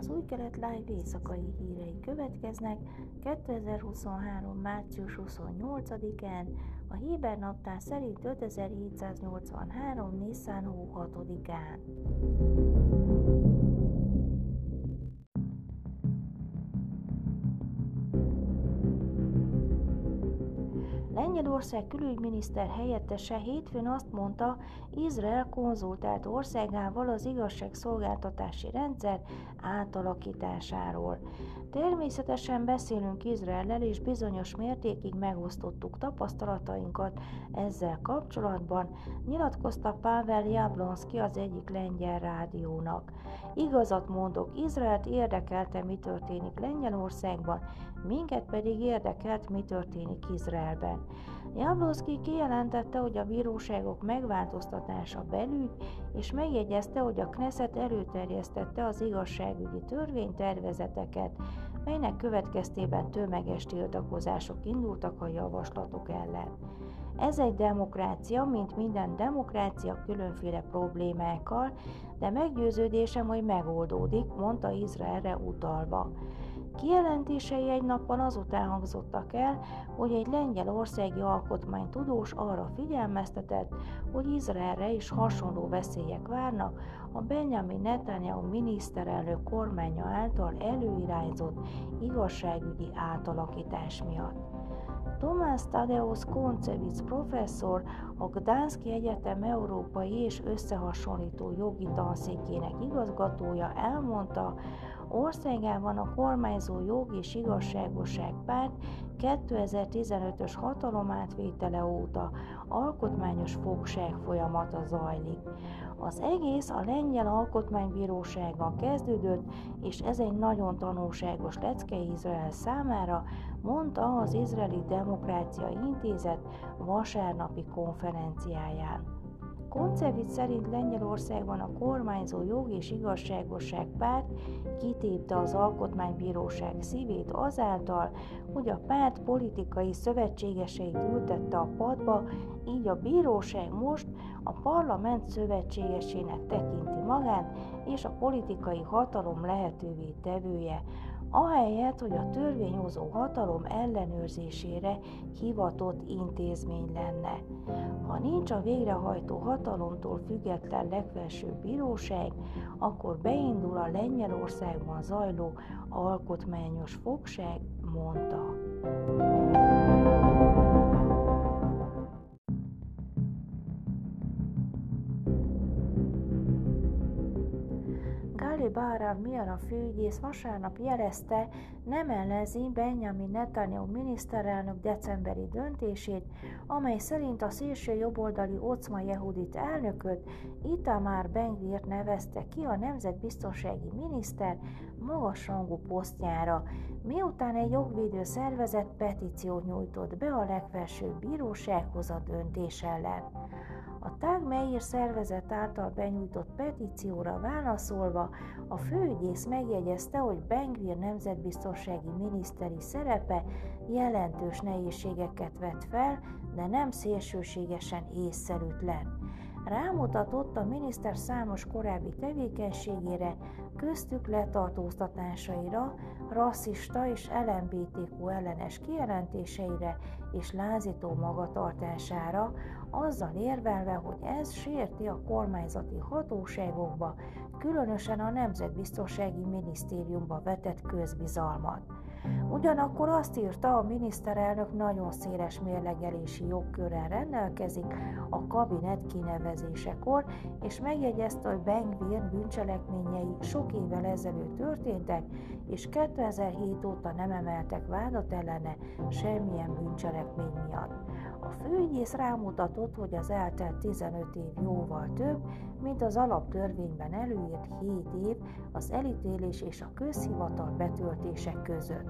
Az Új Kelet Live éjszakai hírei következnek 2023. március 28-án, a Héber naptár szerint 5783. Niszán hó 6-án. Lengyelország külügyminiszter helyettese hétfőn azt mondta, Izrael konzultált országával az igazságszolgáltatási rendszer átalakításáról. Természetesen beszélünk Izraellel, és bizonyos mértékig megosztottuk tapasztalatainkat ezzel kapcsolatban, nyilatkozta Pavel Jablonski az egyik lengyel rádiónak. Igazat mondok, Izraelt érdekelte, mi történik Lengyelországban, minket pedig érdekelt, mi történik Izraelben. Jablonski kijelentette, hogy a bíróságok megváltoztatása belügy, és megjegyezte, hogy a Knesset előterjesztette az igazságügyi törvénytervezeteket, melynek következtében tömeges tiltakozások indultak a javaslatok ellen. Ez egy demokrácia, mint minden demokrácia, különféle problémákkal, de meggyőződésem, hogy megoldódik, mondta Izraelre utalva. Kijelentései egy nappal azután hangzottak el, hogy egy lengyelországi alkotmánytudós arra figyelmeztetett, hogy Izraelre is hasonló veszélyek várnak a Benjamin Netanyahu miniszterelnök kormánya által előirányzott igazságügyi átalakítás miatt. Tomás Tadeusz Koncevic professzor, a Gdanszki Egyetem európai és összehasonlító jogi tanszékének igazgatója elmondta, országában a kormányzó jog és igazságosság párt 2015-ös hatalomátvétele óta alkotmányos fogság folyamata zajlik. Az egész a lengyel alkotmánybíróságon kezdődött, és ez egy nagyon tanulságos lecke Izrael számára, mondta az Izraeli Demokrácia Intézet vasárnapi konferenciáján. Koncevic szerint Lengyelországban a kormányzó jog és igazságosság párt kitépte az alkotmánybíróság szívét azáltal, hogy a párt politikai szövetségeseit ültette a padba, így a bíróság most a parlament szövetségesének tekinti magát, és a politikai hatalom lehetővé tevője, ahelyett, hogy a törvényhozó hatalom ellenőrzésére hivatott intézmény lenne. Ha nincs a végrehajtó hatalomtól független legfelsőbb bíróság, akkor beindul a Lengyelországban zajló alkotmányos fogság, mondta. Gali Baharav Miara főügyész vasárnap jelezte, nem ellenzi Benjamin Netanyahu miniszterelnök decemberi döntését, amely szerint a szélső jobboldali Oczma Jehudit elnököt, Itamar Ben-Gvirt nevezte ki a nemzetbiztonsági miniszter magasrangú posztjára, miután egy jogvédő szervezet petíciót nyújtott be a legfelsőbb bírósághoz a döntés ellen. A Tag Meir szervezet által benyújtott petícióra válaszolva a főügyész megjegyezte, hogy Ben-Gvir nemzetbiztonsági miniszteri szerepe jelentős nehézségeket vet fel, de nem szélsőségesen észszerűtlen. Rámutatott a miniszter számos korábbi tevékenységére, köztük letartóztatásaira, rasszista és LMBTQ ellenes kijelentéseire és lázító magatartására, azzal érvelve, hogy ez sérti a kormányzati hatóságokba, különösen a Nemzetbiztonsági Minisztériumba vetett közbizalmat. Ugyanakkor azt írta, a miniszterelnök nagyon széles mérlegelési jogkörrel rendelkezik a kabinet kinevezésekor, és megjegyezte, hogy Ben-Gvir bűncselekményei sok évvel ezelőtt történtek, és 2007 óta nem emeltek vádat ellene semmilyen bűncselekmény miatt. A főügyész rámutatott, hogy az eltelt 15 év jóval több, mint az alaptörvényben előírt 7 év az elítélés és a közhivatal betöltése között.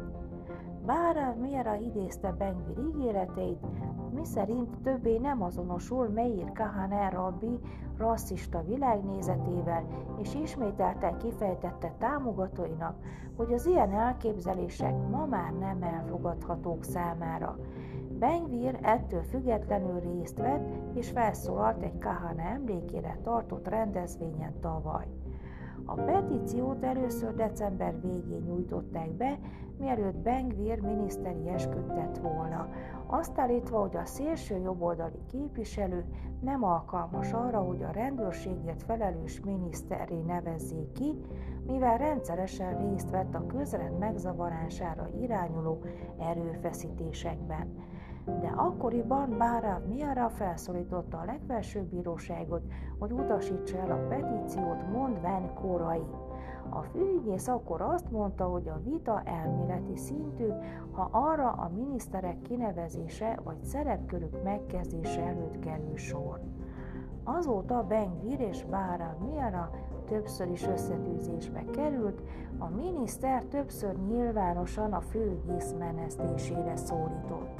Baharav Miara idézte Ben-Gvir ígéreteit, miszerint többé nem azonosul Meir Kahane rabbi rasszista világnézetével, és ismételten kifejtette támogatóinak, hogy az ilyen elképzelések ma már nem elfogadhatók számára. Ben-Gvir ettől függetlenül részt vett és felszólalt egy Kahane emlékére tartott rendezvényen tavaly. A petíciót először december végén nyújtották be, mielőtt Ben-Gvir miniszteri esküt tett volna. Azt állítva, hogy a szélső jobboldali képviselő nem alkalmas arra, hogy a rendőrségért felelős miniszterré nevezzék ki, mivel rendszeresen részt vett a közrend megzavarására irányuló erőfeszítésekben. De akkoriban Bárav Miara felszólította a legfelsőbb bíróságot, hogy utasítsa el a petíciót, mondván korai. A főügyész akkor azt mondta, hogy a vita elméleti szintű, ha arra a miniszterek kinevezése vagy szerepkörük megkezdése előtt kerül sor. Azóta Ben-Gvir és Bárav Miara többször is összetűzésbe került, a miniszter többször nyilvánosan a főügyész menesztésére szólított.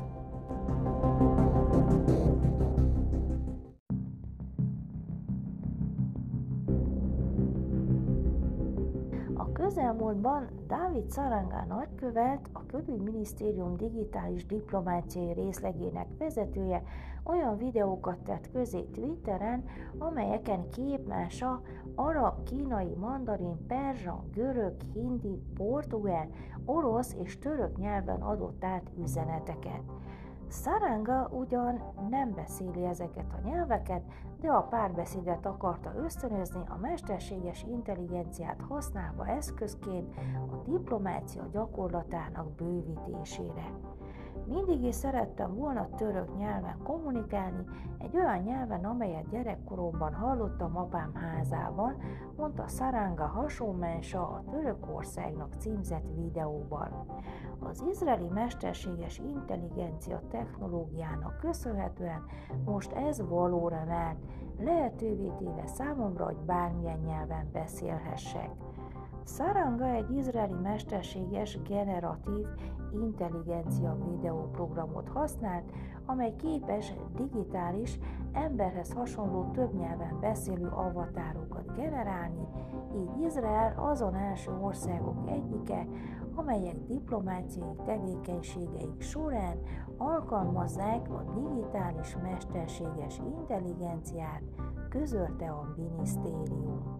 A közelmúltban Dávid Szaranga nagykövet, a Külügyminisztérium digitális diplomáciai részlegének vezetője olyan videókat tett közé Twitteren, amelyeken képmása arab, kínai, mandarin, perzsa, görög, hindi, portugál, orosz és török nyelven adott át üzeneteket. Szaranga ugyan nem beszéli ezeket a nyelveket, de a párbeszédet akarta ösztönözni a mesterséges intelligenciát használva eszközként a diplomácia gyakorlatának bővítésére. Mindig is szerettem volna török nyelven kommunikálni, egy olyan nyelven, amelyet gyerekkoromban hallottam apám házában, mondta Szaranga hasonlóan a Törökországnak címzett videóban. Az izraeli mesterséges intelligencia technológiának köszönhetően most ez valóra vált, lehetővé téve számomra, hogy bármilyen nyelven beszélhessek. Szaranga egy izraeli mesterséges generatív intelligencia videóprogramot használt, amely képes digitális, emberhez hasonló több nyelven beszélő avatárokat generálni, így Izrael azon első országok egyike, amelyek diplomáciai tevékenységeik során alkalmazzák a digitális mesterséges intelligenciát, közölte a minisztérium.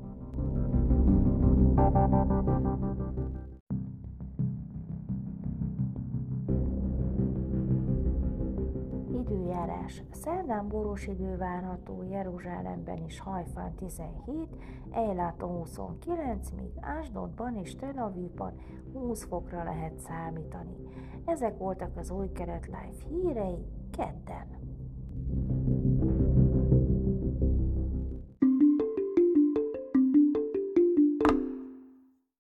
Időjárás. Szerdán borús idő várható, Jeruzsálemben és Hajfán 17, Eiláton 29, míg Ásdodban és Tel Avivban 20 fokra lehet számítani. Ezek voltak az Új Kelet Live hírei kedden.